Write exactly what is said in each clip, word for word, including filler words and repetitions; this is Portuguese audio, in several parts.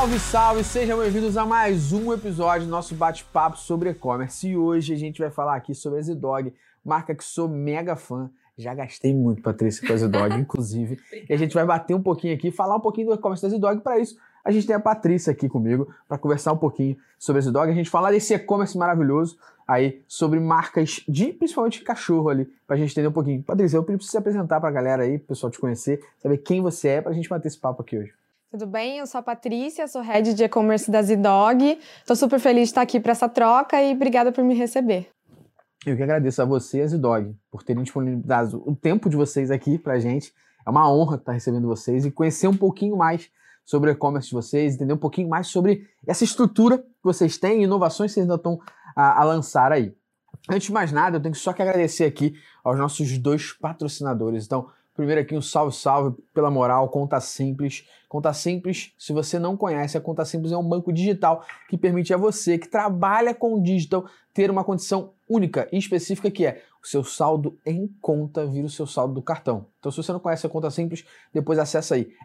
Salve, salve! Sejam bem-vindos a mais um episódio do nosso bate-papo sobre e-commerce. E hoje a gente vai falar aqui sobre a Zidog, marca que sou mega fã. Já gastei muito, Patrícia, com a Zidog, inclusive. E a gente vai bater um pouquinho aqui, falar um pouquinho do e-commerce da Zidog. Para isso, a gente tem a Patrícia aqui comigo para conversar um pouquinho sobre a Zidog. A gente falar desse e-commerce maravilhoso aí, sobre marcas de, principalmente de cachorro ali, para a gente entender um pouquinho. Patrícia, eu preciso se apresentar para a galera aí, para o pessoal te conhecer, saber quem você é, para a gente bater esse papo aqui hoje. Tudo bem? Eu sou a Patrícia, sou head de e-commerce da Zidog. Estou super feliz de estar aqui para essa troca e obrigada por me receber. Eu que agradeço a você e a Zidog por terem disponibilizado o tempo de vocês aqui pra gente. É uma honra estar recebendo vocês e conhecer um pouquinho mais sobre o e-commerce de vocês, entender um pouquinho mais sobre essa estrutura que vocês têm e inovações que vocês ainda estão a, a lançar aí. Antes de mais nada, eu tenho só que agradecer aqui aos nossos dois patrocinadores. Então, primeiro aqui um salve, salve pela moral, Conta Simples. Conta Simples, se você não conhece, a Conta Simples é um banco digital que permite a você que trabalha com o digital ter uma condição única e específica que é o seu saldo em conta vira o seu saldo do cartão. Então, se você não conhece a Conta Simples, depois acessa aí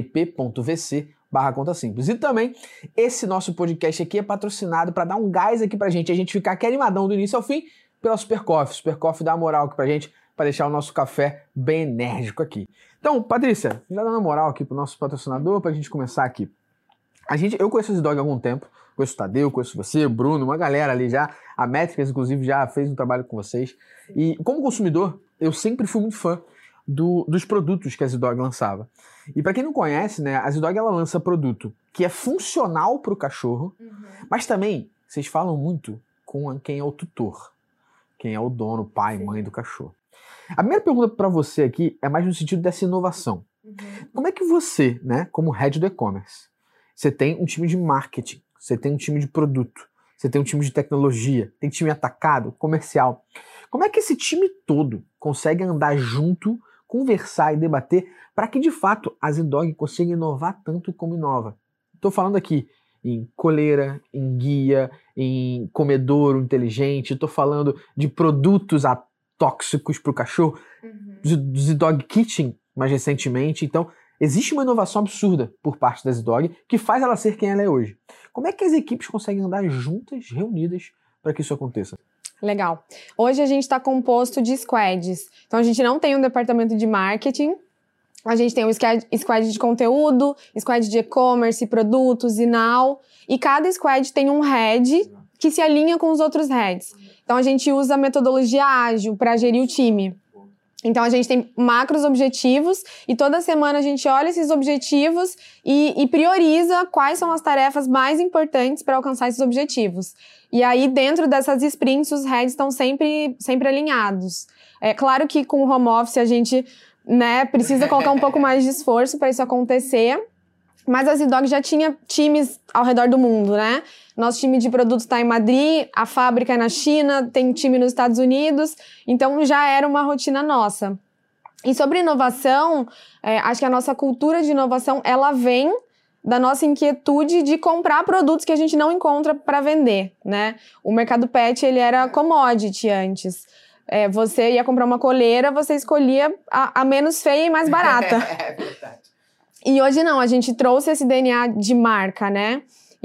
enp.vc barra Conta Simples. E também, esse nosso podcast aqui é patrocinado para dar um gás aqui pra gente, a gente ficar aqui animadão do início ao fim pela Super Coffee. Super Coffee dá moral aqui pra gente, para deixar o nosso café bem enérgico aqui. Então, Patrícia, já dando moral aqui pro nosso patrocinador, pra gente começar aqui. A gente, eu conheço a Zidog há algum tempo, conheço o Tadeu, conheço você, o Bruno, uma galera ali já, a Métricas, inclusive, já fez um trabalho com vocês. E como consumidor, eu sempre fui muito fã do, dos produtos que a Zidog lançava. E para quem não conhece, né, a Zidog ela lança produto que é funcional pro cachorro, uhum. Mas também, vocês falam muito com quem é o tutor, quem é o dono, pai, Sim. mãe do cachorro. A primeira pergunta para você aqui é mais no sentido dessa inovação. Uhum. Como é que você, né, como head do e-commerce, você tem um time de marketing, você tem um time de produto, você tem um time de tecnologia, tem time atacado, comercial. Como é que esse time todo consegue andar junto, conversar e debater para que, de fato, a Zidog consiga inovar tanto como inova? Estou falando aqui em coleira, em guia, em comedouro inteligente, estou falando de produtos a tóxicos para o cachorro, uhum. Zidog Kitchen, mais recentemente. Então, existe uma inovação absurda por parte da Zidog que faz ela ser quem ela é hoje. Como é que as equipes conseguem andar juntas, reunidas, para que isso aconteça? Legal. Hoje a gente está composto de squads. Então, a gente não tem um departamento de marketing, a gente tem um squad de conteúdo, squad de e-commerce, produtos e now, e cada squad tem um head que se alinha com os outros heads. Então, a gente usa a metodologia ágil para gerir o time. Então, a gente tem macros objetivos e toda semana a gente olha esses objetivos e, e prioriza quais são as tarefas mais importantes para alcançar esses objetivos. E aí, dentro dessas sprints, os heads estão sempre, sempre alinhados. É claro que com o home office a gente, né, precisa colocar um pouco mais de esforço para isso acontecer, mas a Zidog já tinha times ao redor do mundo, né? Nosso time de produtos está em Madrid, a fábrica é na China, tem time nos Estados Unidos, então já era uma rotina nossa. E sobre inovação, é, acho que a nossa cultura de inovação, ela vem da nossa inquietude de comprar produtos que a gente não encontra para vender, né? O mercado pet, ele era commodity antes. É, você ia comprar uma coleira, você escolhia a, a menos feia e mais barata. É verdade. E hoje não, a gente trouxe esse D N A de marca, né?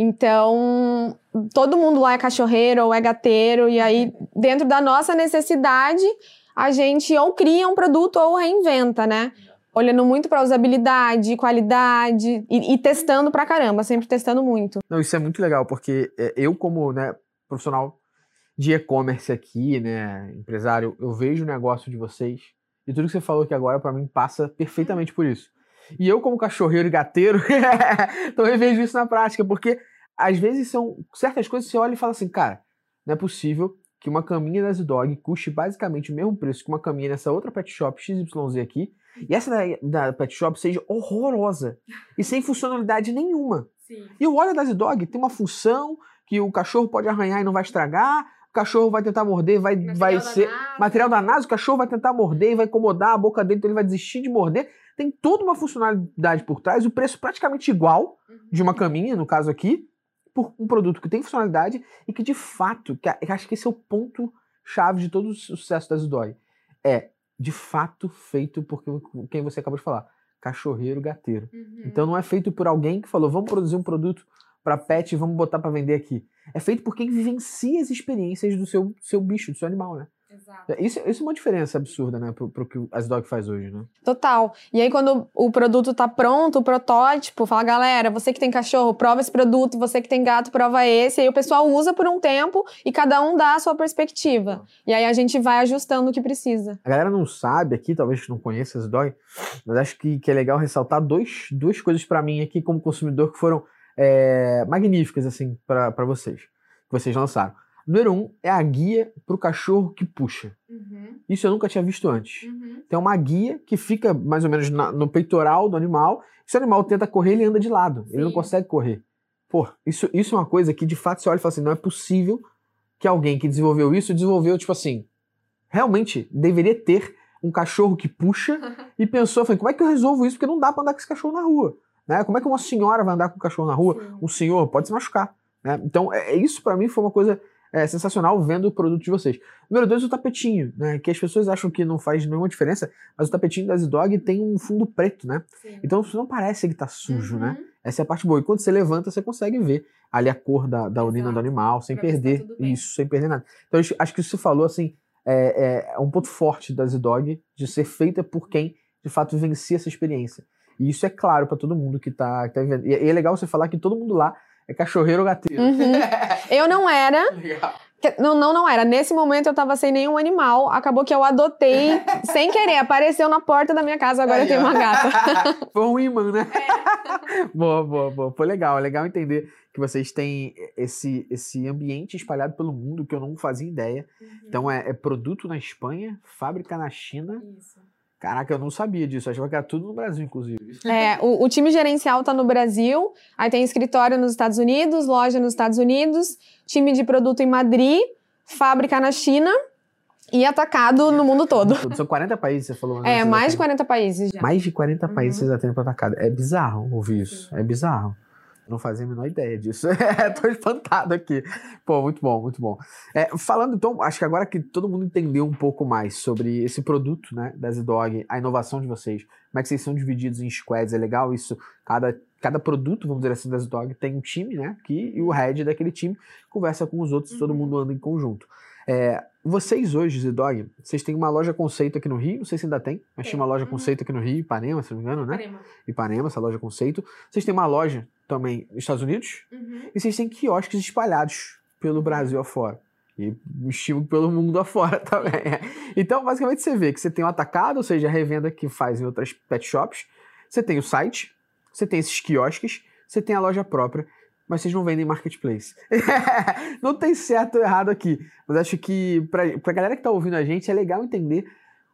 Então, todo mundo lá é cachorreiro ou é gateiro, e aí, dentro da nossa necessidade, a gente ou cria um produto ou reinventa, né? Olhando muito para usabilidade, qualidade e, e testando pra caramba, sempre testando muito. Não, isso é muito legal, porque eu como, né, profissional de e-commerce aqui, né, empresário, eu vejo o negócio de vocês e tudo que você falou aqui agora, para mim, passa perfeitamente por isso. E eu, como cachorreiro e gateiro, também vejo isso na prática, porque às vezes são certas coisas que você olha e fala assim, cara, não é possível que uma caminha da Zidog custe basicamente o mesmo preço que uma caminha nessa outra pet shop X Y Z aqui, e essa da, da pet shop seja horrorosa e sem funcionalidade nenhuma. Sim. E eu olho a da Zidog, tem uma função que o cachorro pode arranhar e não vai estragar, o cachorro vai tentar morder, vai, vai ser NASA. Material da NASA, o cachorro vai tentar morder e vai incomodar a boca dele, então ele vai desistir de morder. Tem toda uma funcionalidade por trás, o preço praticamente igual de uma caminha, no caso aqui, por um produto que tem funcionalidade e que de fato, que eu acho que esse é o ponto-chave de todo o sucesso da Zidog, é de fato feito por quem você acabou de falar. cachorreiro gateiro. Uhum. Então não é feito por alguém que falou, vamos produzir um produto para pet e vamos botar para vender aqui. É feito por quem vivencia as experiências do seu, seu bicho, do seu animal, né? Exato. Isso, isso é uma diferença absurda, né, pro, pro que a Zidog faz hoje, né? Total. E aí, quando o produto tá pronto, o protótipo, fala, galera, você que tem cachorro, prova esse produto, você que tem gato, prova esse. E aí o pessoal usa por um tempo e cada um dá a sua perspectiva. E aí a gente vai ajustando o que precisa. A galera não sabe aqui, talvez não conheça a Zidog, mas acho que, que é legal ressaltar dois, duas coisas pra mim aqui como consumidor que foram é, magníficas, assim, pra, pra vocês, que vocês lançaram. Número um é a guia pro cachorro que puxa. Uhum. Isso eu nunca tinha visto antes. Uhum. Tem uma guia que fica mais ou menos na, no peitoral do animal. Se o animal tenta correr, ele anda de lado. Sim. Ele não consegue correr. Pô, isso, isso é uma coisa que de fato você olha e fala assim, não é possível que alguém que desenvolveu isso, desenvolveu, tipo assim, realmente deveria ter um cachorro que puxa e pensou, falei, como é que eu resolvo isso? Porque não dá pra andar com esse cachorro na rua. Né? Como é que uma senhora vai andar com o cachorro na rua? Sim. Um senhor pode se machucar. Né? Então, é, isso pra mim foi uma coisa... É sensacional vendo o produto de vocês. Número dois, o tapetinho, né? Que as pessoas acham que não faz nenhuma diferença, mas o tapetinho da Zidog tem um fundo preto, né? Sim. Então não parece que tá sujo, Uhum. né? Essa é a parte boa. E quando você levanta, você consegue ver ali a cor da, da urina do animal, sem Pra ver se tá perder tudo bem. isso, sem perder nada. Então acho, acho que isso que você falou, assim, é, é um ponto forte da Zidog de ser feita por quem, de fato, vivencia essa experiência. E isso é claro pra todo mundo que tá, que tá vivendo. E é legal você falar que todo mundo lá é cachorreiro ou gateiro. Uhum. Eu não era... Legal. Não, não, não era. Nesse momento eu tava sem nenhum animal. Acabou que eu adotei sem querer. Apareceu na porta da minha casa. Agora Aí, eu tenho ó. uma gata. Foi um imã, né? É. boa, boa, boa. Foi legal. É legal entender que vocês têm esse, esse ambiente espalhado pelo mundo que eu não fazia ideia. Uhum. Então é, é produto na Espanha, fábrica na China. Isso. Caraca, eu não sabia disso. Eu achava que era tudo no Brasil, inclusive. É, o, o time gerencial tá no Brasil. Aí tem escritório nos Estados Unidos, loja nos Estados Unidos, time de produto em Madrid, fábrica na China e atacado no mundo todo. São quarenta países, você falou. É, mais de quarenta países já. Mais de quarenta Uhum. países vocês atendem para atacado. É bizarro ouvir isso. Sim. É bizarro. Eu não fazia a menor ideia disso. Tô espantado aqui. Pô, muito bom, muito bom. É, falando então, acho que agora que todo mundo entendeu um pouco mais sobre esse produto, né, da Zidog, a inovação de vocês, como é que vocês são divididos em squads, é legal isso? Cada, cada produto, vamos dizer assim, da Zidog tem um time, né, que, e o head daquele time conversa com os outros, uhum. Todo mundo anda em conjunto. É, vocês hoje, Zidog, vocês têm uma loja conceito aqui no Rio, não sei se ainda tem, mas tem. Tinha uma loja uhum. conceito aqui no Rio, Ipanema, se não me engano, né? Ipanema. Ipanema, essa loja conceito. Vocês têm uma loja também nos Estados Unidos, uhum. E vocês têm quiosques espalhados pelo Brasil afora. E estímulo pelo mundo afora também. Então, basicamente, você vê que você tem o atacado, ou seja, a revenda que faz em outras pet shops, você tem o site, você tem esses quiosques, você tem a loja própria, mas vocês não vendem marketplace. Não tem certo ou errado aqui, mas acho que pra, pra galera que tá ouvindo a gente, é legal entender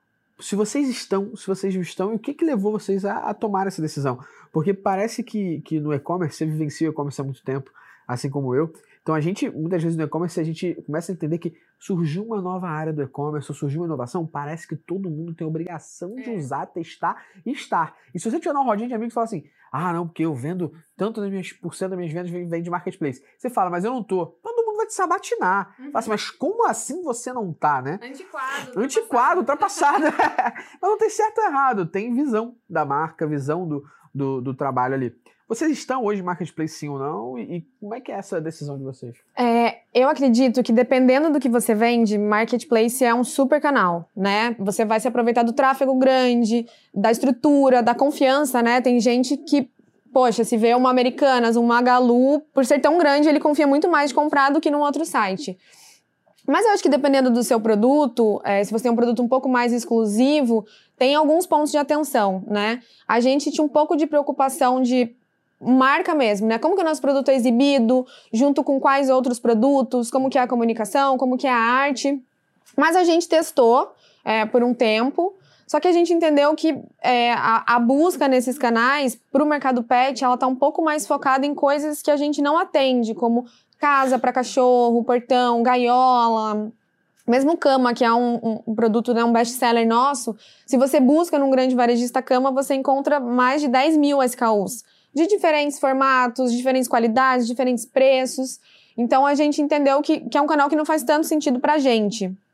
se vocês estão, se vocês não estão, e o que que levou vocês a, a tomar essa decisão. Porque parece que, que no e-commerce, você vivencia o e-commerce há muito tempo, assim como eu. Então a gente, muitas vezes no e-commerce, a gente começa a entender que surgiu uma nova área do e-commerce, ou surgiu uma inovação, parece que todo mundo tem a obrigação de usar, testar e estar. E se você tiver uma rodinha de amigos e falar assim, ah não, porque eu vendo tanto das minhas, por cento das minhas vendas vem de marketplace. Você fala, mas eu não tô. Todo mundo vai te sabatinar. Uhum. Fala assim, mas como assim você não tá, né? Antiquado. Antiquado, ultrapassado. Mas não tem certo ou errado, tem visão da marca, visão do, do, do trabalho ali. Vocês estão hoje em marketplace sim ou não? E, e como é que é essa decisão de vocês? É, eu acredito que dependendo do que você vende, marketplace é um super canal, né? Você vai se aproveitar do tráfego grande, da estrutura, da confiança, né? Tem gente que, poxa, se vê uma Americanas, um Magalu, por ser tão grande, ele confia muito mais de comprar do que num outro site. Mas eu acho que dependendo do seu produto, é, se você tem um produto um pouco mais exclusivo, tem alguns pontos de atenção, né? A gente tinha um pouco de preocupação de marca mesmo, né? Como que o nosso produto é exibido, junto com quais outros produtos, como que é a comunicação, como que é a arte. Mas a gente testou é, por um tempo, só que a gente entendeu que é, a, a busca nesses canais para o mercado pet, ela tá um pouco mais focada em coisas que a gente não atende, como casa para cachorro, portão, gaiola, mesmo cama, que é um, um, um produto, né, um best-seller nosso. Se você busca num grande varejista cama, você encontra mais de dez mil S K Us. De diferentes formatos, diferentes qualidades, diferentes preços. Então, a gente entendeu que, que é um canal que não faz tanto sentido pra gente.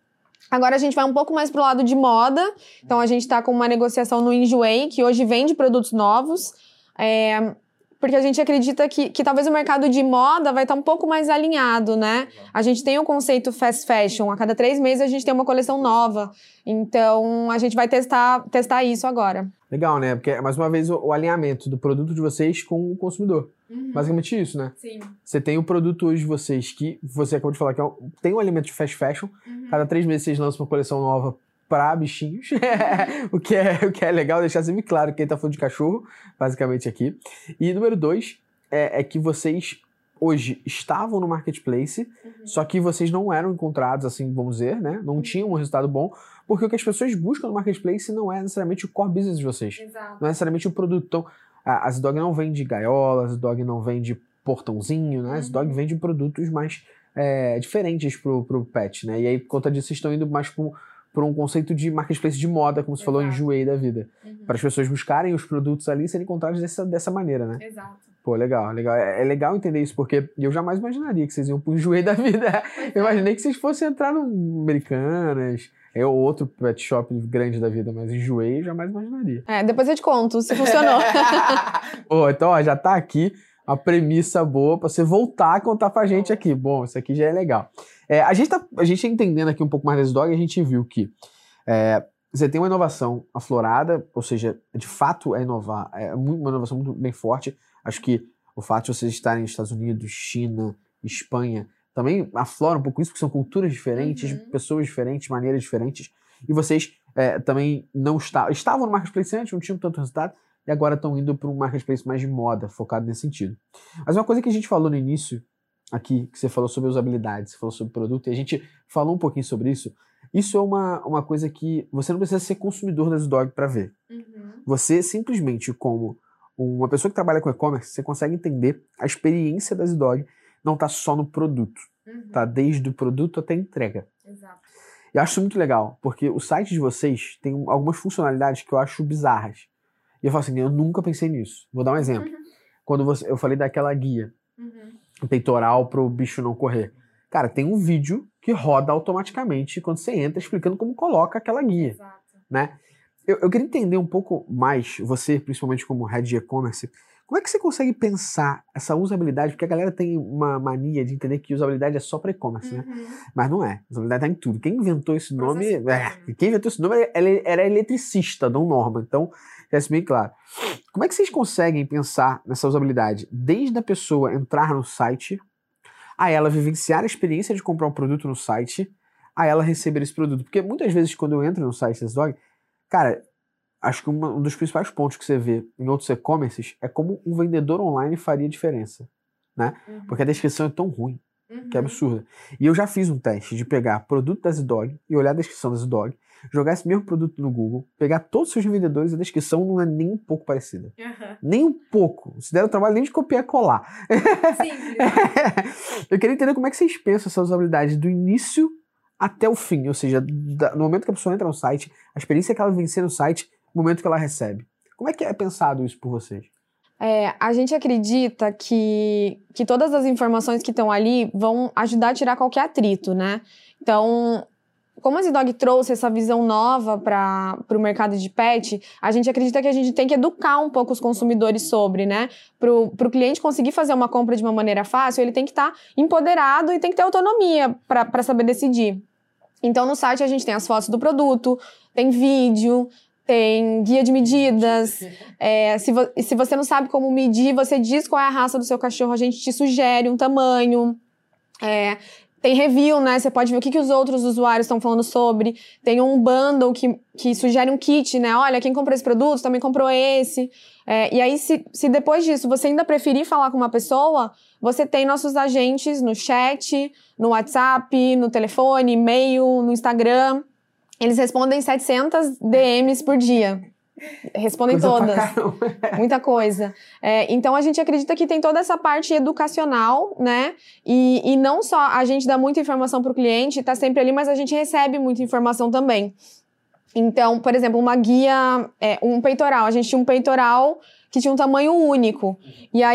Agora a gente vai um pouco mais pro lado de moda. Então a gente tá com uma negociação no Enjoei, que hoje vende produtos novos. É, porque a gente acredita que, que talvez o mercado de moda vai estar um pouco mais alinhado, né? A gente tem o conceito fast fashion. A cada três meses a gente tem uma coleção nova. Então a gente vai testar, testar isso agora. Legal, né? Porque, mais uma vez, o, o alinhamento do produto de vocês com o consumidor. Uhum. Basicamente isso, né? Sim. Você tem o produto hoje de vocês que, você acabou de falar, que é um, tem um alimento de fast fashion. Uhum. Cada três meses vocês lançam uma coleção nova para bichinhos. o, que é, o que é legal deixar sempre claro quem tá falando de cachorro, basicamente aqui. E número dois é, é que vocês hoje estavam no marketplace, uhum. só que vocês não eram encontrados, assim, vamos dizer, né? Não uhum. tinham um resultado bom, porque o que as pessoas buscam no marketplace não é necessariamente o core business de vocês. Exato. Não é necessariamente o produto. Então, a Zidog não vende gaiola, a Zidog não vende portãozinho, né? A Zidog vende produtos mais é, diferentes pro, pro pet, né? E aí, por conta disso, vocês estão indo mais pro, por um conceito de marketplace de moda, como você Exato. Falou, Enjoei da vida. Uhum. Para as pessoas buscarem os produtos ali e serem encontrados dessa, dessa maneira, né? Exato. Pô, legal, legal. É, é legal entender isso, porque eu jamais imaginaria que vocês iam pro Enjoei da vida. Eu imaginei que vocês fossem entrar no Americanas, é outro pet shop grande da vida, mas Enjoei eu jamais imaginaria. É, depois eu te conto se funcionou. Pô, então, ó, já tá aqui uma premissa boa pra você voltar a contar pra gente aqui. Bom, isso aqui já é legal. É, a gente tá a gente entendendo aqui um pouco mais das Zidog, a gente viu que é, você tem uma inovação aflorada, ou seja, de fato é inovar, é uma inovação muito bem forte. Acho que o fato de vocês estarem nos Estados Unidos, China, Espanha, também aflora um pouco isso, porque são culturas diferentes, uhum. pessoas diferentes, maneiras diferentes. E vocês é, também não está, estavam no marketplace antes, não tinham tanto resultado, e agora estão indo para um marketplace mais de moda, focado nesse sentido. Mas uma coisa que a gente falou no início, aqui, que você falou sobre usabilidade, você falou sobre produto, e a gente falou um pouquinho sobre isso. Isso é uma, uma coisa que você não precisa ser consumidor da Zidog para ver. Uhum. Você simplesmente, como uma pessoa que trabalha com e-commerce, você consegue entender a experiência da Zidog não tá só no produto, uhum. tá desde o produto até a entrega. Exato. Eu acho isso muito legal, porque o site de vocês tem algumas funcionalidades que eu acho bizarras. E eu falo assim, eu nunca pensei nisso. Vou dar um exemplo. Uhum. Quando você, eu falei daquela guia, uhum. peitoral pro bicho não correr. Cara, tem um vídeo que roda automaticamente quando você entra explicando como coloca aquela guia. Exato. Né? Eu, eu queria entender um pouco mais, você, principalmente como head de e-commerce, como é que você consegue pensar essa usabilidade? Porque a galera tem uma mania de entender que usabilidade é só para e-commerce, uhum. né? Mas não é. Usabilidade tá em tudo. Quem inventou esse nome... É, quem inventou esse nome era eletricista, não Norma. Então, já é bem claro. Como é que vocês conseguem pensar nessa usabilidade? Desde a pessoa entrar no site, a ela vivenciar a experiência de comprar um produto no site, a ela receber esse produto. Porque muitas vezes, quando eu entro no site da Zidog, cara... Acho que uma, um dos principais pontos que você vê em outros e-commerces é como um vendedor online faria diferença, né? Uhum. Porque a descrição é tão ruim, uhum. que é absurda. E eu já fiz um teste de pegar produto da Zidog e olhar a descrição da Zidog, jogar esse mesmo produto no Google, pegar todos os seus vendedores e a descrição não é nem um pouco parecida. Uhum. Nem um pouco. Se der o trabalho nem de copiar e colar. Simples. Eu queria entender como é que vocês pensam essa usabilidade do início até o fim, ou seja, da, no momento que a pessoa entra no site, a experiência que ela vivencia no site, o momento que ela recebe. Como é que é pensado isso por vocês? É, a gente acredita que, que todas as informações que estão ali vão ajudar a tirar qualquer atrito, né? Então, como a Zidog trouxe essa visão nova para o mercado de pet, a gente acredita que a gente tem que educar um pouco os consumidores sobre, né? Para o cliente conseguir fazer uma compra de uma maneira fácil, ele tem que estar tá empoderado e tem que ter autonomia para saber decidir. Então, no site a gente tem as fotos do produto, tem vídeo, tem guia de medidas. É, se, vo se você não sabe como medir, você diz qual é a raça do seu cachorro, a gente te sugere um tamanho. É, tem review, né? Você pode ver o que, que os outros usuários estão falando sobre. Tem um bundle que, que sugere um kit, né? Olha, quem comprou esse produto também comprou esse. É, e aí, se, se depois disso você ainda preferir falar com uma pessoa, você tem nossos agentes no chat, no WhatsApp, no telefone, e-mail, no Instagram. Eles respondem setecentas D Ms por dia. Respondem coisa todas. Muita coisa. É, então, a gente acredita que tem toda essa parte educacional, né? E, e não só a gente dá muita informação para o cliente, tá sempre ali, mas a gente recebe muita informação também. Então, por exemplo, uma guia, é, um peitoral. A gente tinha um peitoral que tinha um tamanho único. E aí,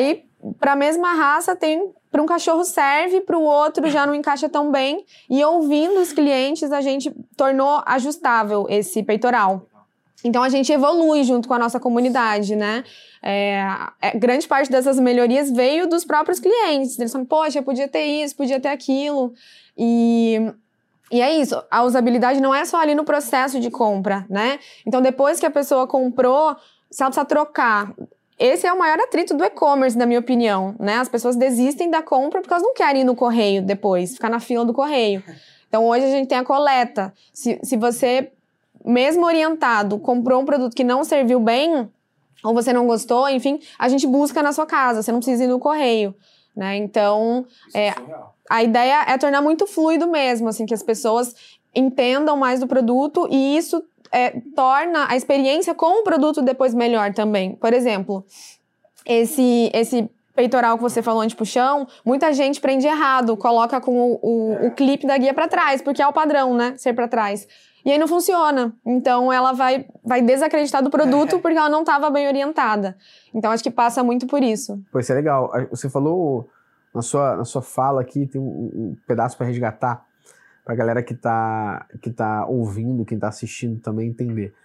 para a mesma raça tem, para um cachorro serve, para o outro já não encaixa tão bem. E ouvindo os clientes, a gente tornou ajustável esse peitoral. Então a gente evolui junto com a nossa comunidade, né? É, é, grande parte dessas melhorias veio dos próprios clientes. Eles falam, poxa, podia ter isso, podia ter aquilo. E... E é isso, a usabilidade não é só ali no processo de compra, né? Então, depois que a pessoa comprou, se ela precisa trocar, esse é o maior atrito do e-commerce, na minha opinião, né? As pessoas desistem da compra porque elas não querem ir no correio depois, ficar na fila do correio. Então, hoje a gente tem a coleta. Se, se você, mesmo orientado, comprou um produto que não serviu bem, ou você não gostou, enfim, a gente busca na sua casa, você não precisa ir no correio, né? Então, é, a ideia é tornar muito fluido mesmo, assim, que as pessoas entendam mais do produto e isso é, torna a experiência com o produto depois melhor também. Por exemplo, esse, esse peitoral que você falou anti-puxão, muita gente prende errado, coloca com o, o, o clipe da guia para trás, porque é o padrão, né? Ser para trás. E aí não funciona. Então, ela vai, vai desacreditar do produto porque ela não estava bem orientada. Então, acho que passa muito por isso. Pô, isso é legal. Você falou, na sua, na sua fala aqui, tem um, um pedaço para resgatar, pra galera que tá, que tá ouvindo, quem tá assistindo também entender.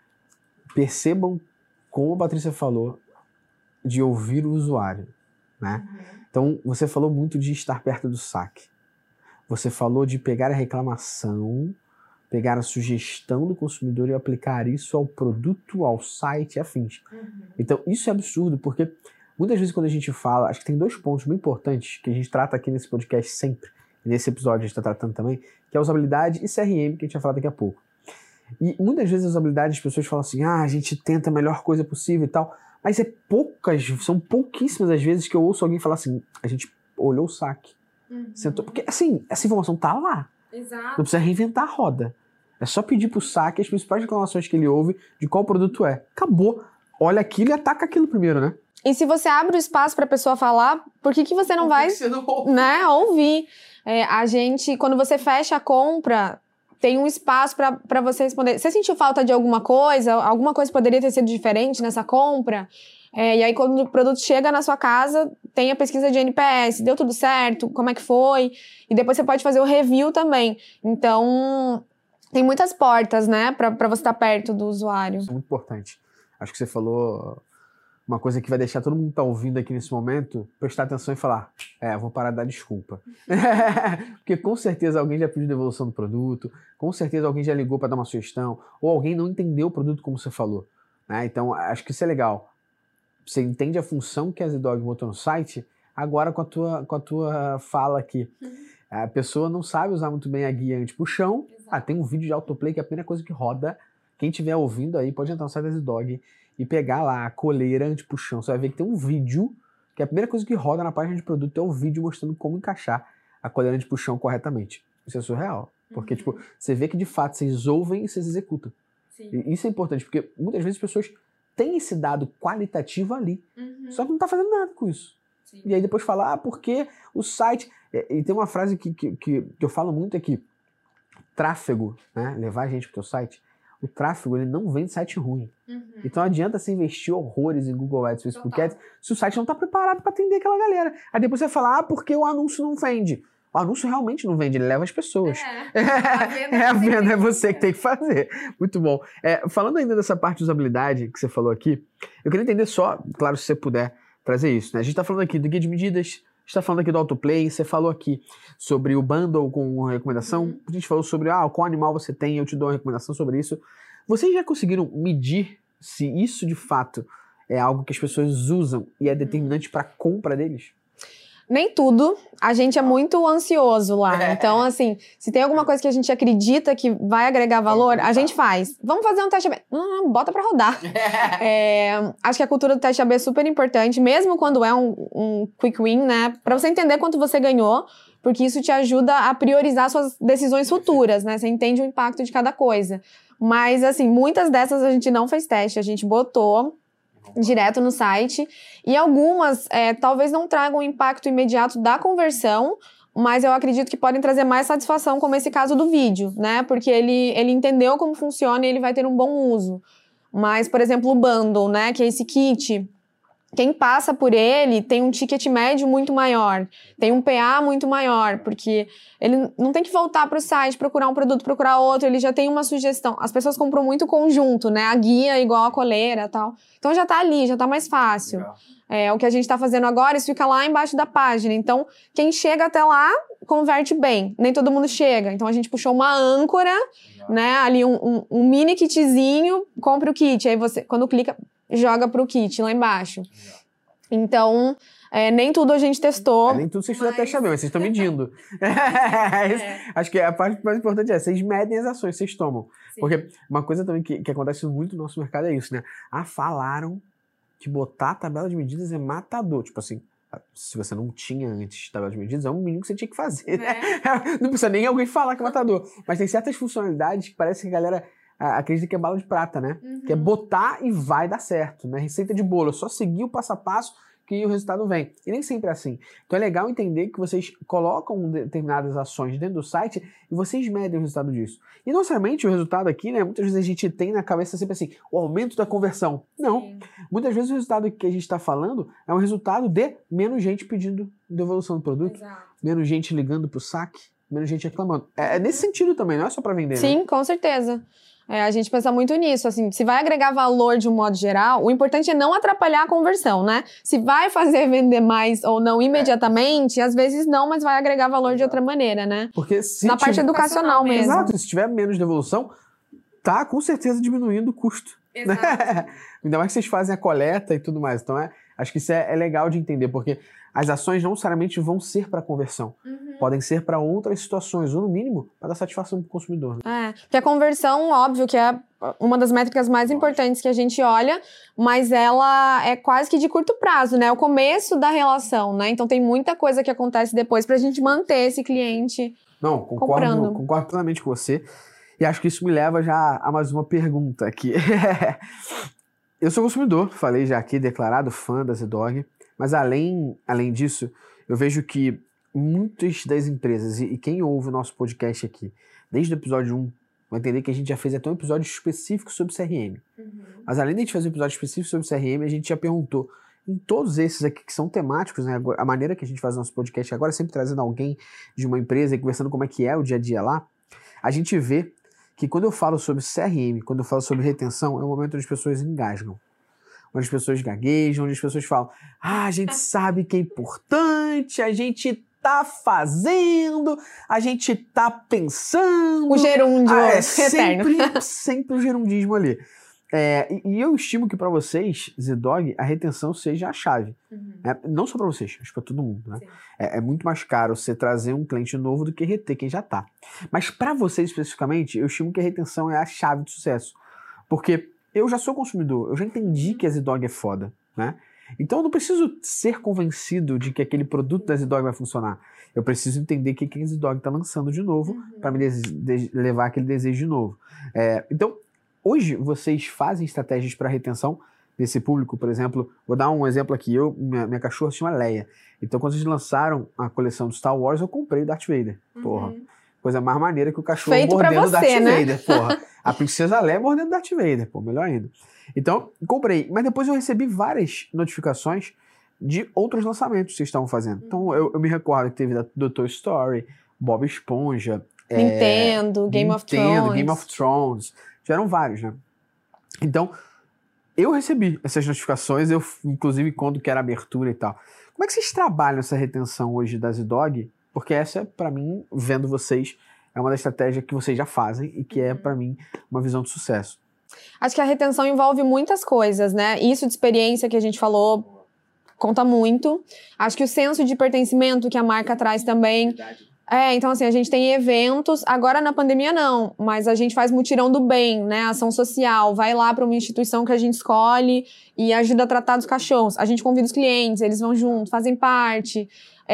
Percebam, como a Patrícia falou, de ouvir o usuário, né? Uhum. Então, você falou muito de estar perto do saque. Você falou de pegar a reclamação, pegar a sugestão do consumidor e aplicar isso ao produto, ao site e afins. Uhum. Então, isso é absurdo, porque muitas vezes quando a gente fala, acho que tem dois pontos muito importantes que a gente trata aqui nesse podcast sempre, e nesse episódio a gente está tratando também, que é usabilidade e C R M, que a gente vai falar daqui a pouco. E muitas vezes a usabilidade, as pessoas falam assim, ah, a gente tenta a melhor coisa possível e tal, mas é poucas, são pouquíssimas as vezes que eu ouço alguém falar assim, a gente olhou o saque, uhum. sentou, porque assim, essa informação tá lá. Exato. Não precisa reinventar a roda. É só pedir pro saque as principais reclamações que ele ouve de qual produto é. Acabou. Olha aquilo e ataca aquilo primeiro, né? E se você abre o espaço pra pessoa falar, por que, que você não por vai você não ouve? Né, ouvir? É, a gente, quando você fecha a compra, tem um espaço pra, pra você responder. Você sentiu falta de alguma coisa? Alguma coisa poderia ter sido diferente nessa compra? É, e aí, quando o produto chega na sua casa, tem a pesquisa de N P S. Deu tudo certo? Como é que foi? E depois você pode fazer o review também. Então, tem muitas portas, né? Pra, pra você estar perto do usuário. Isso é muito importante. Acho que você falou uma coisa que vai deixar todo mundo que tá ouvindo aqui nesse momento prestar atenção e falar, é, vou parar de dar desculpa. Porque com certeza alguém já pediu devolução do produto, com certeza alguém já ligou para dar uma sugestão, ou alguém não entendeu o produto como você falou. Né? Então, acho que isso é legal. Você entende a função que a Z-Dog botou no site, agora com a tua, com a tua fala aqui. A pessoa não sabe usar muito bem a guia anti-puxão. Ah, tem um vídeo de autoplay que é a primeira coisa que roda. Quem estiver ouvindo aí pode entrar no site da Z-Dog e pegar lá a coleira anti-puxão. Você vai ver que tem um vídeo, que é a primeira coisa que roda na página de produto, é o vídeo mostrando como encaixar a coleira anti-puxão corretamente. Isso é surreal. Porque, uhum. tipo, você vê que de fato vocês ouvem e vocês executam. Sim. E isso é importante, porque muitas vezes as pessoas têm esse dado qualitativo ali, uhum. só que não tá fazendo nada com isso. Sim. E aí depois fala, ah, porque o site... E, e tem uma frase que, que, que, que eu falo muito aqui, tráfego, né, levar a gente pro teu site, o tráfego, ele não vem de site ruim. Uhum. Então adianta você investir horrores em Google Ads, Facebook Ads, se o site não tá preparado para atender aquela galera. Aí depois você vai falar, ah, porque o anúncio não vende. O anúncio realmente não vende, ele leva as pessoas. É, a venda, é, a venda é você que tem que fazer. Muito bom. É, falando ainda dessa parte de usabilidade que você falou aqui, eu queria entender só, claro, se você puder trazer isso, né? A gente tá falando aqui do guia de medidas, a gente está falando aqui do autoplay, você falou aqui sobre o bundle com recomendação, uhum. a gente falou sobre ah, qual animal você tem, eu te dou uma recomendação sobre isso. Vocês já conseguiram medir se isso de fato é algo que as pessoas usam e é determinante para a compra deles? Nem tudo. A gente é muito ansioso lá. É. Então, assim, se tem alguma coisa que a gente acredita que vai agregar valor, a gente faz. Vamos fazer um teste A B. Não, não, bota pra rodar. É, acho que a cultura do teste A B é super importante, mesmo quando é um, um quick win, né? Pra você entender quanto você ganhou, porque isso te ajuda a priorizar suas decisões futuras, né? Você entende o impacto de cada coisa. Mas, assim, muitas dessas a gente não fez teste. A gente botou direto no site, e algumas é, talvez não tragam o impacto imediato da conversão, mas eu acredito que podem trazer mais satisfação, como esse caso do vídeo, né, porque ele, ele entendeu como funciona e ele vai ter um bom uso. Mas, por exemplo, o bundle, né, que é esse kit, quem passa por ele tem um ticket médio muito maior, tem um P A muito maior, porque ele não tem que voltar para o site, procurar um produto, procurar outro, ele já tem uma sugestão. As pessoas compram muito conjunto, né? A guia igual a coleira e tal. Então já tá ali, já tá mais fácil. Legal. É, o que a gente tá fazendo agora, isso fica lá embaixo da página. Então, quem chega até lá, converte bem. Nem todo mundo chega. Então, a gente puxou uma âncora, Legal. né? Ali um, um, um mini kitzinho, compra o kit. Aí você, quando clica, joga pro kit lá embaixo. Legal. Então, é, nem tudo a gente testou. É, nem tudo vocês fizeram mas... teste mesmo, vocês estão medindo. é. Acho que a parte mais importante é, vocês medem as ações que vocês tomam. Sim. Porque uma coisa também que, que acontece muito no nosso mercado é isso, né? Ah, falaram que botar a tabela de medidas é matador. Tipo assim, se você não tinha antes tabela de medidas, é um mínimo que você tinha que fazer. Né? É. Não precisa nem alguém falar que é matador. Mas tem certas funcionalidades que parece que a galera acredita que é bala de prata, né? Uhum. Que é botar e vai dar certo, né? Receita de bolo, é só seguir o passo a passo que o resultado vem. E nem sempre é assim. Então é legal entender que vocês colocam determinadas ações dentro do site e vocês medem o resultado disso. E não somente o resultado aqui, né? Muitas vezes a gente tem na cabeça sempre assim, o aumento da conversão. Não. Sim. Muitas vezes o resultado que a gente está falando é um resultado de menos gente pedindo devolução do produto, Exato. menos gente ligando pro saque, menos gente reclamando. É, é nesse sentido também, não é só para vender, Sim, né? com certeza. É, a gente pensa muito nisso, assim, se vai agregar valor de um modo geral, o importante é não atrapalhar a conversão, né? Se vai fazer vender mais ou não imediatamente, é. às vezes não, mas vai agregar valor Exato. de outra maneira, né? Porque se Na parte educacional mesmo. Exato, se tiver menos devolução, tá com certeza diminuindo o custo. Exato. Né? Ainda mais que vocês fazem a coleta e tudo mais. Então, é, acho que isso é, é legal de entender, porque as ações não necessariamente vão ser para conversão. Uhum. Podem ser para outras situações, ou no mínimo, para dar satisfação para o consumidor. Né? É, porque a conversão, óbvio, que é uma das métricas mais importantes que a gente olha, mas ela é quase que de curto prazo, né? É o começo da relação, né? Então tem muita coisa que acontece depois para a gente manter esse cliente Não, concordo, comprando. Concordo plenamente com você. E acho que isso me leva já a mais uma pergunta aqui. Eu sou consumidor, falei já aqui, declarado fã da Zidog, mas além, além disso, eu vejo que muitas das empresas, e, e quem ouve o nosso podcast aqui, desde o episódio um, vai entender que a gente já fez até um episódio específico sobre C R M. Uhum. Mas além de a gente fazer um episódio específico sobre C R M, a gente já perguntou, em todos esses aqui que são temáticos, né, a maneira que a gente faz o nosso podcast agora, sempre trazendo alguém de uma empresa e conversando como é que é o dia a dia lá, a gente vê que quando eu falo sobre C R M, quando eu falo sobre retenção, é o momento onde as pessoas engasgam. Onde as pessoas gaguejam, onde as pessoas falam, ah, a gente sabe que é importante, a gente tá fazendo, a gente tá pensando. O gerúndio ah, é eterno. Sempre, sempre o gerundismo ali. É, e, e eu estimo que para vocês, Zidog, a retenção seja a chave. Uhum. É, não só para vocês, mas para todo mundo. Né? É, é muito mais caro você trazer um cliente novo do que reter quem já tá. Mas para vocês especificamente, eu estimo que a retenção é a chave de sucesso. Porque eu já sou consumidor, eu já entendi que a Zidog é foda, né? Então eu não preciso ser convencido de que aquele produto da Zidog vai funcionar. Eu preciso entender o que, que a Zidog está lançando de novo uhum. para me levar aquele desejo de novo. É, então, hoje vocês fazem estratégias para retenção desse público, por exemplo, vou dar um exemplo aqui, eu, minha, minha cachorra se chama Leia. Então quando eles lançaram a coleção do Star Wars, eu comprei o Darth Vader. Uhum. Porra, coisa mais maneira que o cachorro Feito mordendo o Darth né? Vader, porra. A princesa Leia mordendo o Darth Vader, pô, melhor ainda. Então, comprei. Mas depois eu recebi várias notificações de outros lançamentos que vocês estavam fazendo. Uhum. Então, eu, eu me recordo que teve da Doutor Story, Bob Esponja, Nintendo, é, Game Nintendo, of Thrones. Game of Thrones. Tiveram vários, né? Então, eu recebi essas notificações, eu, inclusive, quando que era abertura e tal. Como é que vocês trabalham essa retenção hoje da Zidog? Porque essa, pra mim, vendo vocês, é uma das estratégias que vocês já fazem e que é, pra mim, uma visão de sucesso. Acho que a retenção envolve muitas coisas, né? Isso de experiência que a gente falou conta muito. Acho que o senso de pertencimento que a marca traz também. É, então assim, a gente tem eventos, agora na pandemia não, mas a gente faz mutirão do bem, né? Ação social, vai lá para uma instituição que a gente escolhe e ajuda a tratar dos cachorros. A gente convida os clientes, eles vão junto, fazem parte.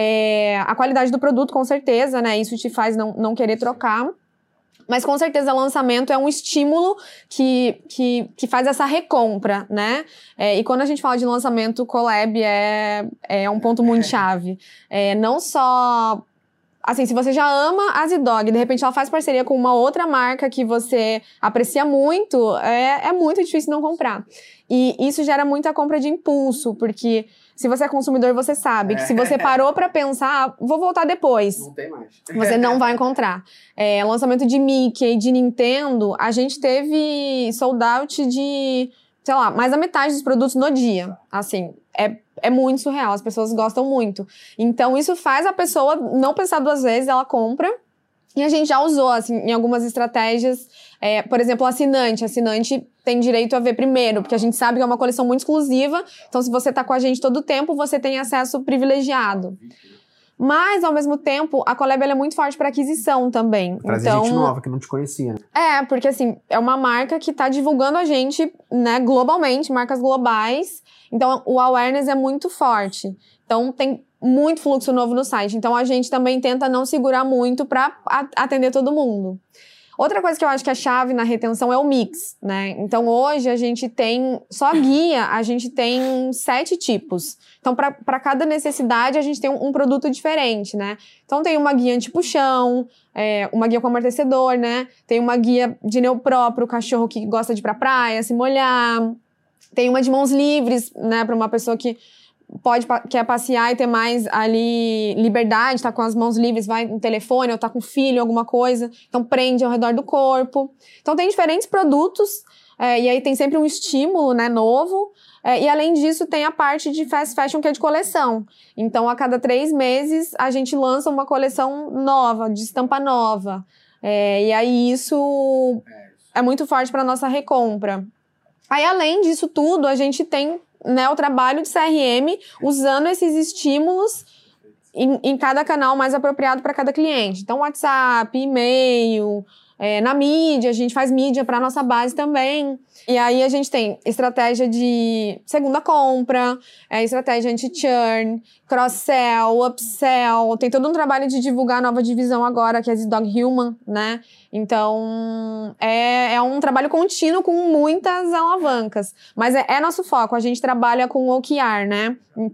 É, a qualidade do produto, com certeza, né? Isso te faz não, não querer trocar. Mas com certeza lançamento é um estímulo que, que, que faz essa recompra, né? É, e quando a gente fala de lançamento, collab é, é um ponto muito chave. É, não só assim, se você já ama a Zee.Dog, de repente ela faz parceria com uma outra marca que você aprecia muito, é, é muito difícil não comprar. E isso gera muita compra de impulso, porque se você é consumidor, você sabe que se você parou pra pensar, vou voltar depois. Não tem mais. Você não vai encontrar. É, lançamento de Mickey, de Nintendo, a gente teve sold out de, sei lá, mais da metade dos produtos no dia. Assim, é, é muito surreal, as pessoas gostam muito. Então, isso faz a pessoa não pensar duas vezes, ela compra. E a gente já usou, assim, em algumas estratégias, é, por exemplo, assinante. Assinante tem direito a ver primeiro, porque a gente sabe que é uma coleção muito exclusiva. Então, se você tá com a gente todo o tempo, você tem acesso privilegiado. Mas, ao mesmo tempo, a Collab ela é muito forte para aquisição também. Trazer então, gente nova que não te conhecia. É, porque assim, é uma marca que tá divulgando a gente, né, globalmente, marcas globais. Então, o awareness é muito forte. Então, tem muito fluxo novo no site. Então, a gente também tenta não segurar muito para atender todo mundo. Outra coisa que eu acho que é chave na retenção é o mix, né? Então, hoje a gente tem, só guia, a gente tem sete tipos. Então, para cada necessidade, a gente tem um, um produto diferente, né? Então, tem uma guia anti-puxão, é, uma guia com amortecedor, né? Tem uma guia de neopró para o cachorro que gosta de ir pra praia, se molhar. Tem uma de mãos livres, né? Para uma pessoa que pode, quer passear e ter mais ali liberdade, tá com as mãos livres, vai no telefone ou tá com o filho, alguma coisa. Então, prende ao redor do corpo. Então, tem diferentes produtos, é, e aí tem sempre um estímulo, né, novo. É, e, além disso, tem a parte de fast fashion, que é de coleção. Então, a cada três meses, a gente lança uma coleção nova, de estampa nova. É, e aí, isso é muito forte para nossa recompra. Aí, além disso tudo, a gente tem, né, o trabalho de C R M usando esses estímulos em, em cada canal mais apropriado para cada cliente. Então, WhatsApp, e-mail, é, na mídia, a gente faz mídia para nossa base também. E aí a gente tem estratégia de segunda compra, é, estratégia anti-churn, cross-sell, upsell. Tem todo um trabalho de divulgar a nova divisão agora, que é a Zee.Dog Human, né? Então, é, é um trabalho contínuo com muitas alavancas. Mas é, é nosso foco, a gente trabalha com O K R, né?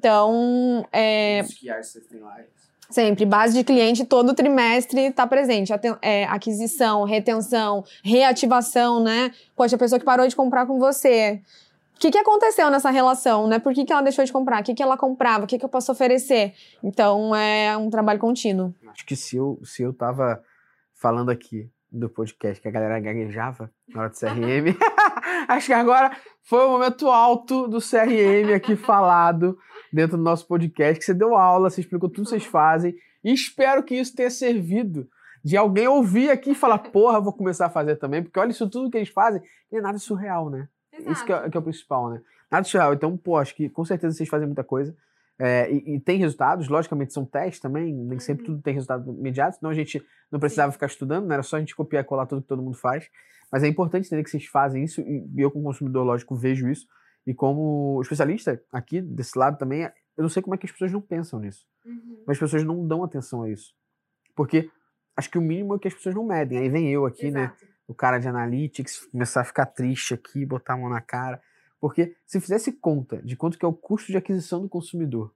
Então, é... Os Q Rs vocês têm lá. Sempre, base de cliente, todo trimestre está presente. Aten- é, aquisição, retenção, reativação, né? Poxa, a pessoa que parou de comprar com você. O que, que aconteceu nessa relação, né? Por que, que ela deixou de comprar? O que, que ela comprava? O que, que eu posso oferecer? Então, é um trabalho contínuo. Acho que se eu, se eu tava falando aqui do podcast que a galera gaguejava na hora do C R M, acho que agora foi o momento alto do C R M aqui falado dentro do nosso podcast, que você deu aula, você explicou tudo que vocês fazem, e espero que isso tenha servido de alguém ouvir aqui e falar, porra, vou começar a fazer também, porque olha isso tudo que eles fazem, não é nada surreal, né? Exato. Isso que é, que é o principal, né? Nada surreal. Então, pô, acho que com certeza vocês fazem muita coisa, é, e, e tem resultados, logicamente são testes também, nem sempre tudo tem resultado imediato, senão a gente não precisava Sim. ficar estudando, não era só a gente copiar e colar tudo que todo mundo faz, mas é importante entender que vocês fazem isso, e eu como consumidor, lógico, vejo isso, e como especialista aqui desse lado também, eu não sei como é que as pessoas não pensam nisso. Uhum. Mas as pessoas não dão atenção a isso. Porque acho que o mínimo é que as pessoas não medem. Aí vem eu aqui, Exato. né, o cara de analytics, começar a ficar triste aqui, botar a mão na cara. Porque se fizesse conta de quanto que é o custo de aquisição do consumidor,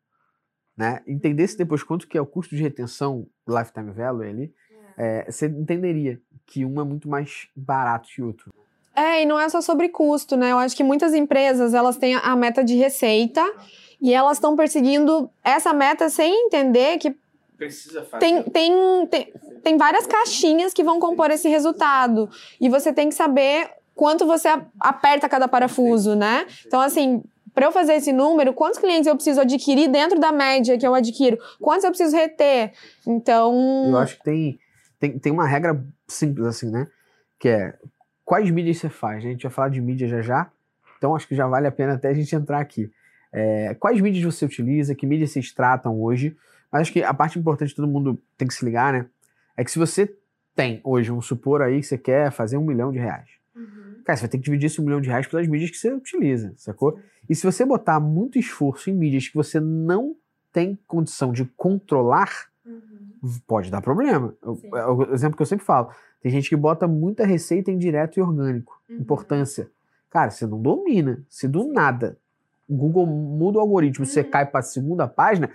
né, entendesse depois quanto que é o custo de retenção, lifetime value ali, é. É, você entenderia que um é muito mais barato que o outro. É, e não é só sobre custo, né? Eu acho que muitas empresas, elas têm a meta de receita e elas estão perseguindo essa meta sem entender que Precisa fazer. Tem, tem, tem, tem várias caixinhas que vão compor esse resultado. E você tem que saber quanto você aperta cada parafuso, né? Então, assim, para eu fazer esse número, quantos clientes eu preciso adquirir dentro da média que eu adquiro? Quantos eu preciso reter? Então... Eu acho que tem, tem, tem uma regra simples, assim, né? Que é... Quais mídias você faz? A gente vai falar de mídia já já, então acho que já vale a pena até a gente entrar aqui. É, quais mídias você utiliza? Que mídias vocês tratam hoje? Mas acho que a parte importante que todo mundo tem que se ligar, né? É que se você tem hoje, vamos supor aí que você quer fazer um milhão de reais. Uhum. Cara, você vai ter que dividir esse um milhão de reais pelas mídias que você utiliza, sacou? Sim. E se você botar muito esforço em mídias que você não tem condição de controlar, uhum. pode dar problema. O, o exemplo que eu sempre falo. Tem gente que bota muita receita em direto e orgânico. Uhum. Importância. Cara, você não domina. Se do nada o Google muda o algoritmo, uhum. você cai para a segunda página,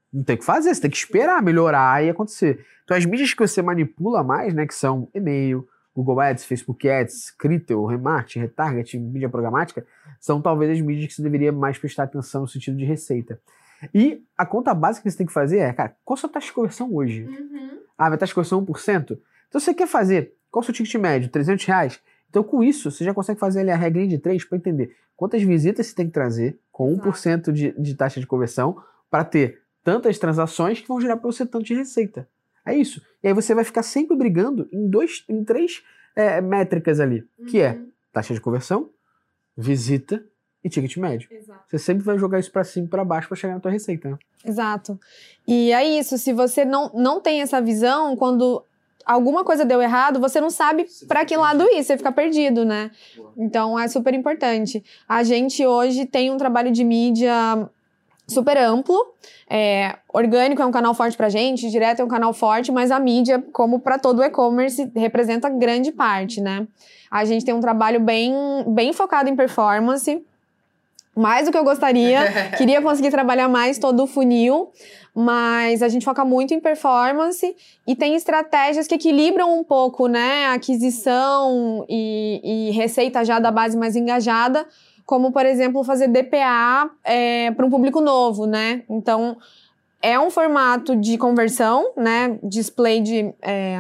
Não tem o que fazer, você tem que esperar melhorar e acontecer. Então as mídias que você manipula mais, né, que são e-mail, Google Ads, Facebook Ads, Criteo, Remarketing, Retarget, mídia programática, são talvez as mídias que você deveria mais prestar atenção no sentido de receita. E a conta básica que você tem que fazer é, cara, qual a sua taxa de conversão hoje? Uhum. Ah, minha taxa de conversão é um por cento? Então você quer fazer, qual o seu ticket médio? trezentos reais? Então com isso, você já consegue fazer ali a regrinha de três para entender quantas visitas você tem que trazer com um por cento de, de taxa de conversão para ter tantas transações que vão gerar para você tanto de receita. É isso. E aí você vai ficar sempre brigando em, dois, em três é, métricas ali, uhum. que é taxa de conversão, visita e ticket médio. Exato. Você sempre vai jogar isso para cima e para baixo para chegar na tua receita. Né? Exato. E é isso, se você não, não tem essa visão, quando alguma coisa deu errado, você não sabe para que lado ir, você fica perdido, né? Então é super importante. A gente hoje tem um trabalho de mídia super amplo, é, orgânico é um canal forte pra gente, direto é um canal forte, mas a mídia, como para todo o e-commerce, representa grande parte, né? A gente tem um trabalho bem, bem focado em performance, mais do que eu gostaria, queria conseguir trabalhar mais todo o funil, mas a gente foca muito em performance e tem estratégias que equilibram um pouco, né, a aquisição e, e receita já da base mais engajada, como, por exemplo, fazer D P A é, para um público novo, né? Então, é um formato de conversão, né? Display de é,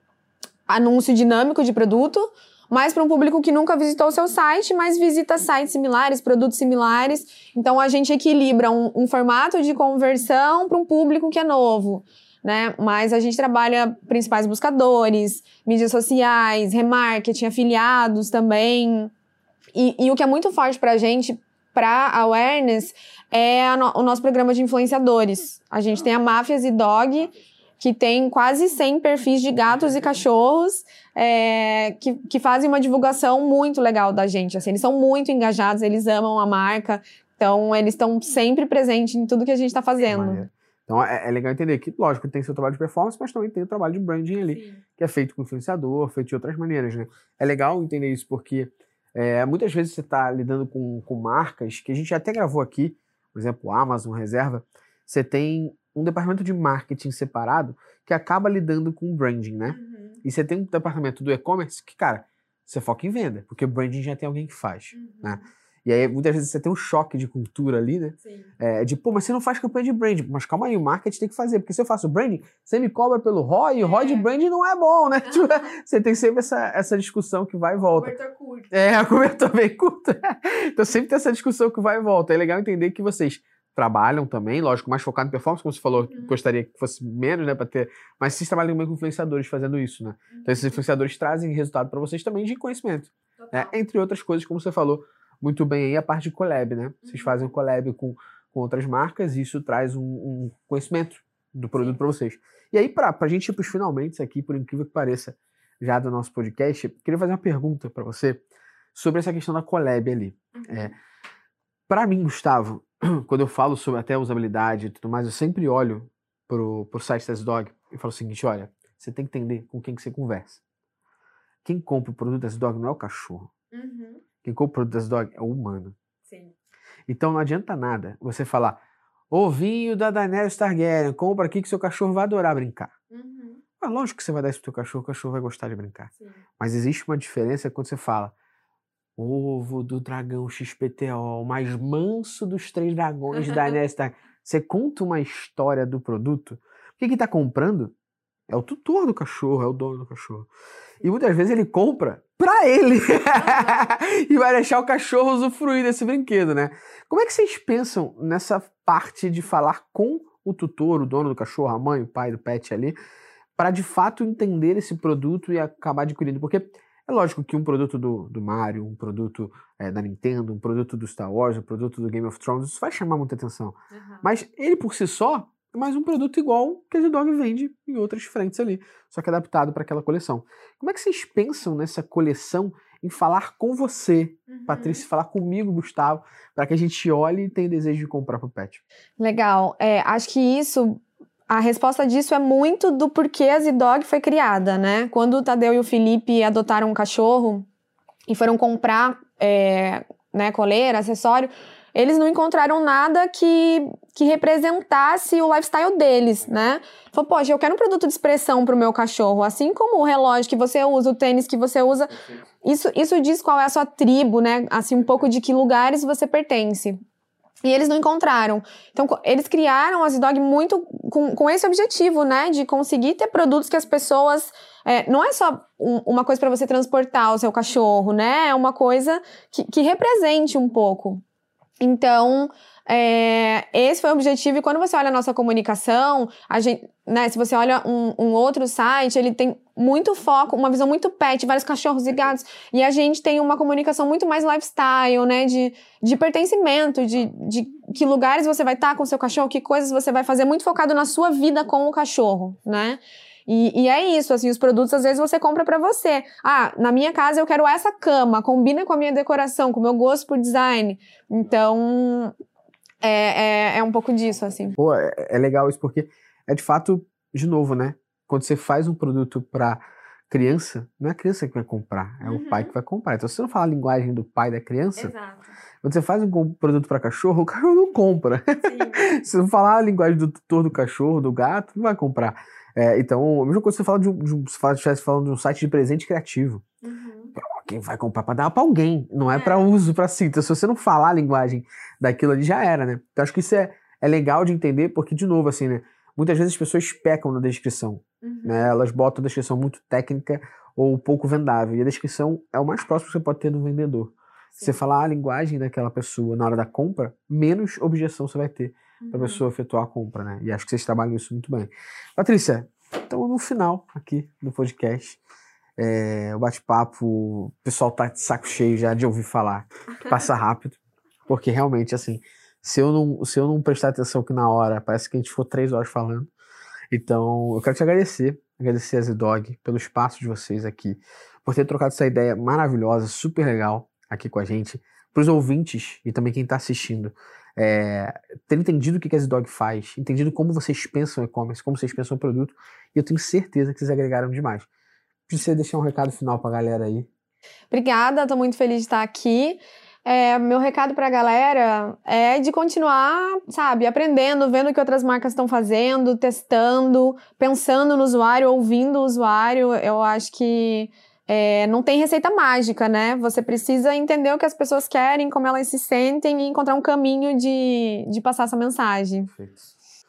anúncio dinâmico de produto, mas para um público que nunca visitou o seu site, mas visita sites similares, produtos similares. Então, a gente equilibra um, um formato de conversão para um público que é novo, né? Mas a gente trabalha principais buscadores, mídias sociais, remarketing, afiliados também. E, e o que é muito forte pra gente, pra awareness, é a no, o nosso programa de influenciadores. A gente tem a Máfias e Dog, que tem quase cem perfis de gatos e cachorros é, que, que fazem uma divulgação muito legal da gente. Assim, eles são muito engajados, eles amam a marca, então eles estão sempre presentes em tudo que a gente está fazendo. Então é, é legal entender que, lógico, tem seu trabalho de performance, mas também tem o trabalho de branding ali, Sim. que é feito com influenciador, feito de outras maneiras, né? É legal entender isso porque É, muitas vezes você está lidando com, com marcas que a gente até gravou aqui, por exemplo, Amazon, Reserva, você tem um departamento de marketing separado que acaba lidando com branding, né? Uhum. E você tem um departamento do e-commerce que, cara, você foca em venda, porque o branding já tem alguém que faz, uhum. né? E aí, muitas vezes, você tem um choque de cultura ali, né? Sim. É, de, pô, mas você não faz campanha de branding. Mas calma aí, o marketing tem que fazer. Porque se eu faço branding, você me cobra pelo R O I, e o R O I de branding não é bom, né? Tipo, você tem sempre essa, essa discussão que vai e volta. Cobertor curto. É, a cobertor bem curta. Então, sempre tem essa discussão que vai e volta. É legal entender que vocês trabalham também, lógico, mais focado em performance, como você falou, uhum. gostaria que fosse menos, né, para ter... Mas vocês trabalham também com influenciadores fazendo isso, né? Uhum. Então, esses influenciadores trazem resultado para vocês também de conhecimento. Né? Entre outras coisas, como você falou, muito bem aí a parte de collab, né? Vocês fazem collab com, com outras marcas e isso traz um, um conhecimento do produto para vocês. E aí, para a gente ir para os finalmente aqui, por incrível que pareça, já do nosso podcast, queria fazer uma pergunta para você sobre essa questão da collab ali. Uhum. É, para mim, Gustavo, quando eu falo sobre até usabilidade e tudo mais, eu sempre olho pro, pro site da S-Dog e falo o seguinte, olha, você tem que entender com quem que você conversa. Quem compra o produto da S-Dog não é o cachorro. Uhum. Quem compra o produto da S-Dog é o humano. Sim. Então não adianta nada você falar, ovinho da Daenerys Targaryen, compra aqui que seu cachorro vai adorar brincar. Uhum. Ah, lógico que você vai dar isso pro teu cachorro, o cachorro vai gostar de brincar. Sim. Mas existe uma diferença quando você fala, ovo do dragão X P T O, o mais manso dos três dragões da Daenerys Targaryen. Você conta uma história do produto, porque quem tá comprando é o tutor do cachorro, é o dono do cachorro. E muitas vezes ele compra pra ele. E vai deixar o cachorro usufruir desse brinquedo, né? Como é que vocês pensam nessa parte de falar com o tutor, o dono do cachorro, a mãe, o pai do pet ali, para de fato entender esse produto e acabar adquirindo? Porque é lógico que um produto do, do Mario, um produto é, da Nintendo, um produto do Star Wars, um produto do Game of Thrones, isso vai chamar muita atenção. Uhum. Mas ele por si só é mais um produto igual que a Z-Dog vende em outras frentes ali, só que adaptado para aquela coleção. Como é que vocês pensam nessa coleção em falar com você, uhum. Patrícia, falar comigo, Gustavo, para que a gente olhe e tenha desejo de comprar pro pet? Legal. É, acho que isso... A resposta disso é muito do porquê a Z-Dog foi criada, né? Quando o Tadeu e o Felipe adotaram um cachorro e foram comprar é, né, coleira, acessório, eles não encontraram nada que, que representasse o lifestyle deles, né? Falou, poxa, eu quero um produto de expressão pro meu cachorro, assim como o relógio que você usa, o tênis que você usa, isso, isso diz qual é a sua tribo, né? Assim, um pouco de que lugares você pertence. E eles não encontraram. Então, eles criaram a Z-Dog muito com, com esse objetivo, né? De conseguir ter produtos que as pessoas... É, não é só um, uma coisa para você transportar o seu cachorro, né? É uma coisa que, que represente um pouco. Então, é, esse foi o objetivo. E quando você olha a nossa comunicação, a gente, né, se você olha um, um outro site, ele tem muito foco, uma visão muito pet, vários cachorros e gatos. E a gente tem uma comunicação muito mais lifestyle, né? De, de pertencimento, de, de que lugares você vai estar com o seu cachorro, que coisas você vai fazer, muito focado na sua vida com o cachorro, né? E, e é isso, assim, os produtos às vezes você compra pra você. Ah, na minha casa eu quero essa cama, combina com a minha decoração, com o meu gosto por design. Então, é, é, é um pouco disso, assim. Pô, é, é legal isso porque é de fato, de novo, né? Quando você faz um produto pra criança, não é a criança que vai comprar, é uhum. o pai que vai comprar. Então, se você não fala a linguagem do pai da criança, exato. Quando você faz um produto pra cachorro, o cachorro não compra. Sim. Se não falar a linguagem do tutor do cachorro, do gato, não vai comprar. É, então, a mesma coisa que você fala de um, de um, você estivesse falando de um site de presente criativo. Uhum. Quem vai comprar para dar para alguém, não é, é. para uso, para si. Então, se você não falar a linguagem daquilo ali, já era, né? Então, acho que isso é, é legal de entender, porque, de novo, assim, né? Muitas vezes as pessoas pecam na descrição. Uhum. Né? Elas botam a descrição muito técnica ou pouco vendável. E a descrição é o mais próximo que você pode ter do vendedor. Sim. Você falar a linguagem daquela pessoa na hora da compra, menos objeção você vai ter uhum. para a pessoa efetuar a compra, né? E acho que vocês trabalham isso muito bem. Patrícia, estamos no final aqui do podcast. É, o bate-papo, o pessoal tá de saco cheio já de ouvir falar. Passa rápido, porque realmente, assim, se eu não, se eu não prestar atenção aqui na hora, parece que a gente ficou três horas falando. Então, eu quero te agradecer, agradecer a Z-Dog pelo espaço de vocês aqui, por ter trocado essa ideia maravilhosa, super legal aqui com a gente, para os ouvintes e também quem está assistindo, é, ter entendido o que a Z-Dog faz, entendido como vocês pensam e-commerce, como vocês pensam o produto, e eu tenho certeza que vocês agregaram demais. Precisa deixar um recado final para a galera aí. Obrigada, estou muito feliz de estar aqui. É, meu recado para a galera é de continuar, sabe, aprendendo, vendo o que outras marcas estão fazendo, testando, pensando no usuário, ouvindo o usuário. Eu acho que é, não tem receita mágica, né? Você precisa entender o que as pessoas querem, como elas se sentem e encontrar um caminho de, de passar essa mensagem. Perfeito.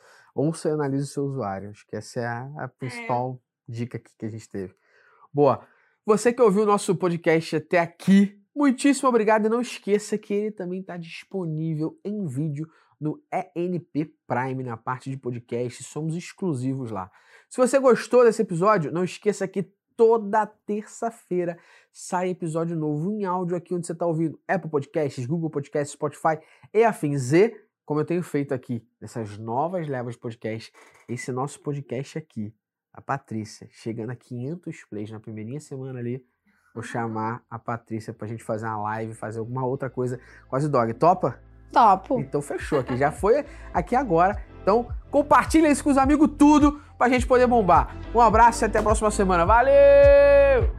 Ou você analisa o seu usuário. Acho que essa é a, a principal é. dica que a gente teve. Boa. Você que ouviu o nosso podcast até aqui, muitíssimo obrigado. E não esqueça que ele também está disponível em vídeo no E N P Prime, na parte de podcast. Somos exclusivos lá. Se você gostou desse episódio, não esqueça que toda terça-feira sai episódio novo em áudio aqui onde você está ouvindo Apple Podcasts, Google Podcasts, Spotify e afins. E, como eu tenho feito aqui, nessas novas levas de podcast, esse nosso podcast aqui, a Patrícia, chegando a quinhentos plays na primeirinha semana ali, vou chamar a Patrícia pra gente fazer uma live, fazer alguma outra coisa com a Z-Dog. Topa? Topo. Então fechou aqui, já foi aqui agora. Então compartilha isso com os amigos tudo pra gente poder bombar. Um abraço e até a próxima semana. Valeu!